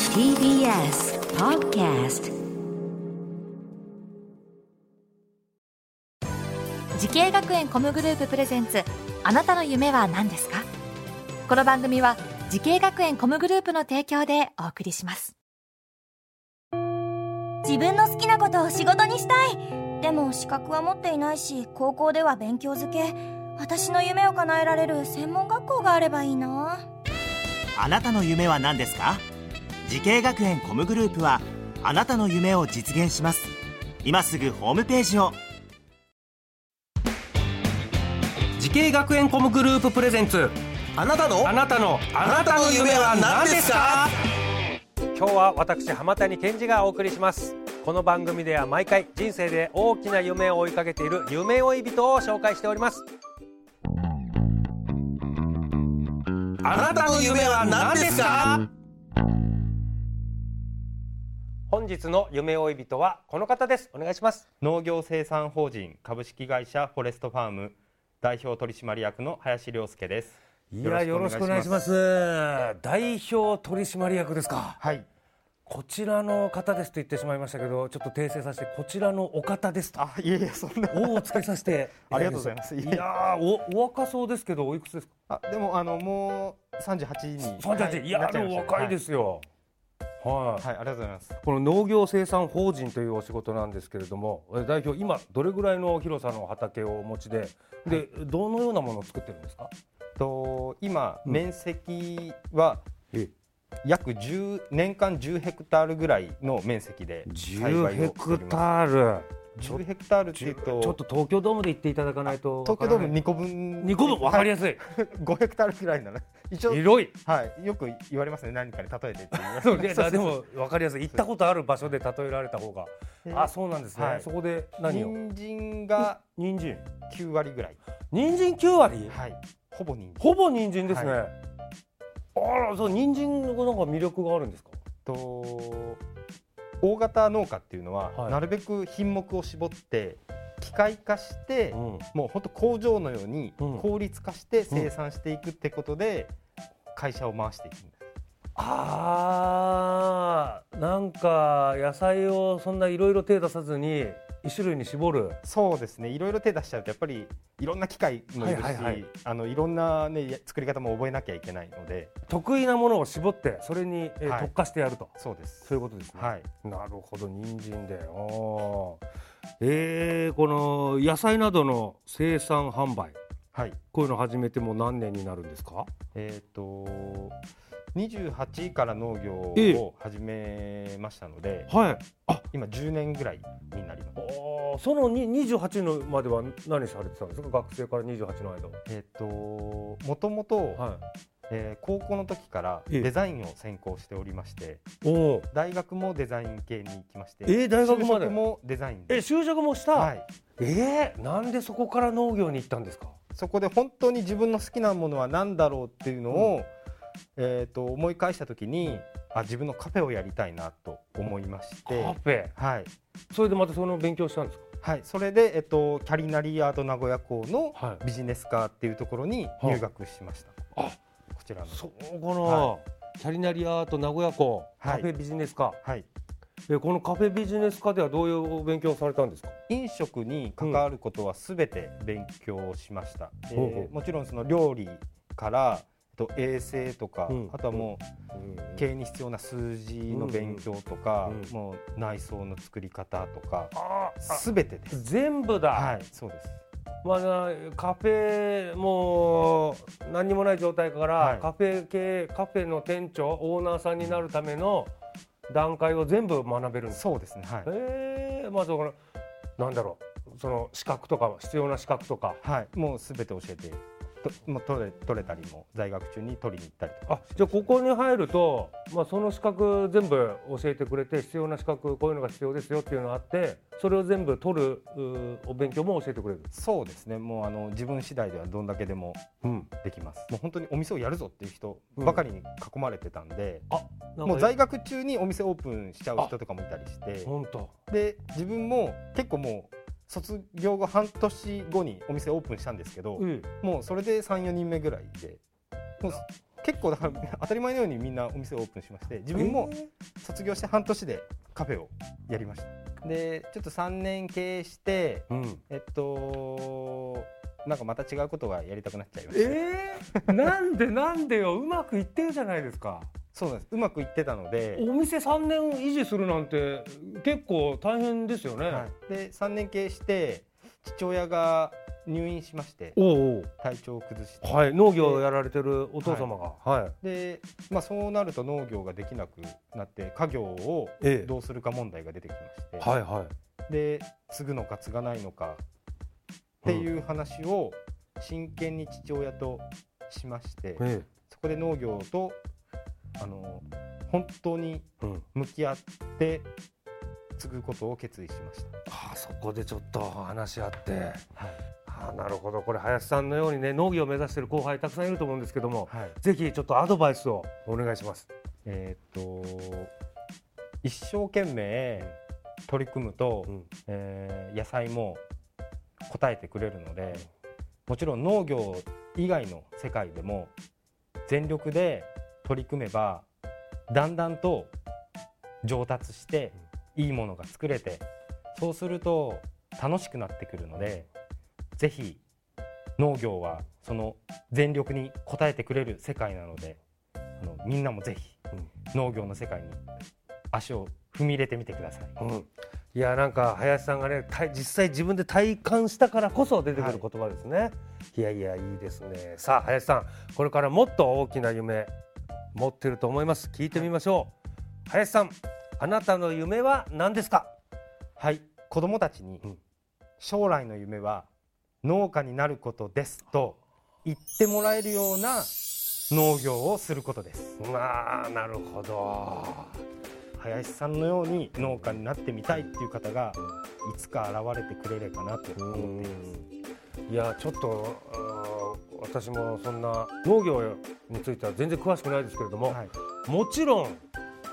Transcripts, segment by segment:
TBS Podcast。 時系学園コムグループプレゼンツ、あなたの夢は何ですか？この番組は時系学園コムグループの提供でお送りします。 自分の好きなことを仕事にしたい。でも資格は持っていないし、高校では勉強づけ。私の夢を叶えられる専門学校があればいいな。 あなたの夢は何ですか？時系学園コムグループはあなたの夢を実現します。今すぐホームページを。 時系学園コムグループプレゼンツ、あなたの夢は何ですか？今日は私浜谷健二がお送りします。この番組では毎回人生で大きな夢を追いかけている夢追い人を紹介しております。あなたの夢は何ですか？本日の夢追い人はこの方です。お願いします。 農業生産法人株式会社フォレストファーム代表取締役の林亮介です。 いや、よろしくお願いします。代表取締役ですか？ はい。 こちらの方ですと言ってしまいましたけど、ちょっと訂正させて、こちらのお方ですと。 いえいえ、そんなおをつけさせてありがとうございます。 いやー、お若そうですけどおいくつですか？ でももう38に 38、いやでも若いですよ。はい、 ありがとうございます。 この農業生産法人というお仕事なんですけれども、代表今どれぐらいの広さの畑をお持ちで、どのようなものを作ってるんですか？ 今、面積は約年間10ヘクタールぐらいの面積で栽培をしております。 10ヘクタール。 10ヘクタールっていうとちょっと東京ドームで言っていただかないと。 東京ドーム2個分分かりやすい。 5ヘクタールぐらいなら一応広い。 はい、よく言われますね。何かに例えてって言います。 でも分かりやすい。行ったことある場所で例えられた方が。そうなんですね。はい、そこで何を？ 人参が9割ぐらい。 人参9割？ はい。ほぼ人参ですね。はい、そう、人参のなんか魅力があるんですか？大型農家っていうのは、なるべく品目を絞って機械化して、もう本当工場のように効率化して生産していくってことで、会社を回していくんです。 なんか野菜をそんないろいろ手出さずに一種類に絞る。 そうですね。いろいろ手出しちゃうとやっぱりいろんな機械もいるし、いろんな、作り方も覚えなきゃいけないので、 得意なものを絞ってそれに、特化してやると。 そうです。 そういうことですね。 はい。 なるほど。人参で。この野菜などの生産販売、こういうの始めても何年になるんですか ？28から農業を始めましたので、今10年ぐらいになります。 その28のまでは何されてたんですか？学生から28の間は。 もともと高校の時からデザインを専攻しておりまして、大学もデザイン系に行きまして、 大学まで就職もデザインで。 就職もした？なんでそこから農業に行ったんですか？ そこで本当に自分の好きなものは何だろうっていうのを、思い返した時に自分のカフェをやりたいなと思いまして。 カフェ。 はい。 それでまたその勉強したんですか？ はい。それで、キャリナリアート名古屋校のビジネス科っていうところに入学しました。こちらの。 このキャリナリアート名古屋校カフェビジネス科。はい。このカフェビジネス科ではどういう勉強をされたんですか？ 飲食に関わることはすべて勉強しました。もちろんその料理から衛生とか、あとはもう経営に必要な数字の勉強とか、もう内装の作り方とか、すべてです。 全部だ。 はい、そうです。 カフェもう何にもない状態から、カフェの店長オーナーさんになるための段階を全部学べるんです。 そうですね。はい。 まずなんだろう、その資格とか必要な資格とか、 もうすべて教えて。取れたりも在学中に取りに行ったりとか。 じゃあここに入ると、その資格全部教えてくれて、必要な資格こういうのが必要ですよっていうのがあって、それを全部取るお勉強も教えてくれる。 そうですね。もう自分次第ではどんだけでもできます。もう本当にお店をやるぞっていう人ばかりに囲まれてたんで、もう在学中にお店オープンしちゃう人とかもいたりして、で自分も結構もう卒業後半年後にお店オープンしたんですけど、もうそれで 3,4 人目ぐらいで、もう結構だから当たり前のようにみんなお店をオープンしまして、自分も卒業して半年でカフェをやりました。でちょっと3年経営して、なんかまた違うことがやりたくなっちゃいました。 なんでよ、うまくいってるじゃないですか。 そうなんです、うまくいってたので。 お店3年維持するなんて結構大変ですよね。 で3年経営して父親が入院しまして、体調を崩して、 農業をやられてるお父様が、 でそうなると農業ができなくなって家業をどうするか問題が出てきまして、で継ぐのか継がないのかっていう話を真剣に父親としまして、そこで農業と本当に向き合って継ぐことを決意しました。 そこでちょっと話し合って、なるほど。これ林さんのようにね、農業を目指している後輩たくさんいると思うんですけども、ぜひちょっとアドバイスをお願いします。 一生懸命取り組むと、野菜も応えてくれるので、もちろん農業以外の世界でも全力で取り組めばだんだんと上達していいものが作れて、そうすると楽しくなってくるので、ぜひ農業はその全力に応えてくれる世界なので、みんなもぜひ農業の世界に足を踏み入れてみてください。 いや、なんか林さんがね、実際自分で体感したからこそ出てくる言葉ですね。いやいや、いいですね。さあ林さん、これからもっと大きな夢持ってると思います。聞いてみましょう。林さん、あなたの夢は何ですか？ 子供たちに将来の夢は農家になることですと言ってもらえるような農業をすることです。 なるほど。 林さんのように農家になってみたいっていう方がいつか現れてくれればなと思っています。 いや、ちょっと私もそんな農業については全然詳しくないですけれども、もちろん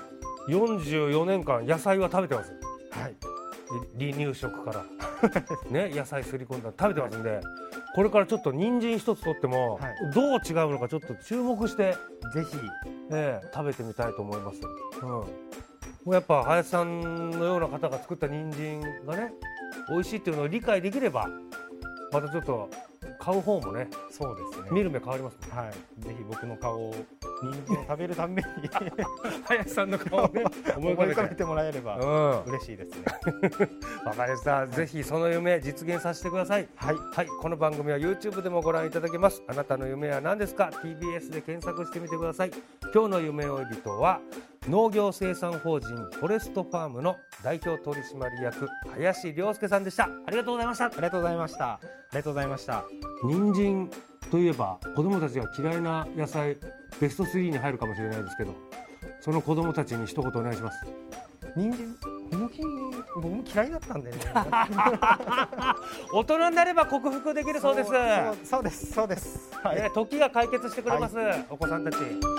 44年間野菜は食べてます。離乳食からね、野菜すり込んだ食べてますんで、これからちょっと人参一つとってもどう違うのかちょっと注目してぜひ、 食べてみたいと思います。やっぱ林さんのような方が作った人参がね、美味しいっていうのを理解できれば、またちょっと買う方もね、 そうですね、 見る目変わりますね。 ぜひ僕の顔を、人参を食べるために林さんの顔をね、 思い浮かべてもらえれば嬉しいですね。 わかりました。ぜひその夢実現させてください。この番組は YouTube でもご覧いただけます。あなたの夢は何ですか？ TBS で検索してみてください。今日の夢追い人は農業生産法人フォレストファームの代表取締役林亮介さんでした。ありがとうございました。 ありがとうございました。ありがとうございました。 人参といえば子どもたちが嫌いな野菜ベスト3に入るかもしれないですけど、その子どもたちに一言お願いします。 人参、僕も嫌いだったんでね大人になれば克服できるそうです。 そうです、そうです、 時が解決してくれます、お子さんたち。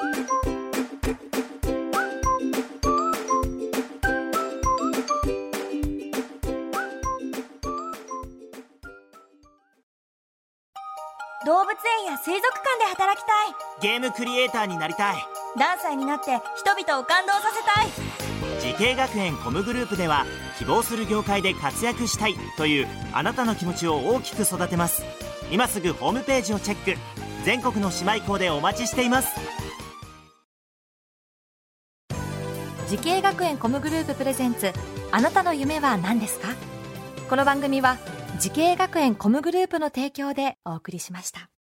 動物園や水族館で働きたい。 ゲームクリエイターになりたい。 何歳になって人々を感動させたい。 時系学園コムグループでは、希望する業界で活躍したいというあなたの気持ちを大きく育てます。今すぐホームページをチェック。全国の姉妹校でお待ちしています。 時系学園コムグループプレゼンツ、あなたの夢は何ですか？この番組は時系学園コムグループの提供でお送りしました。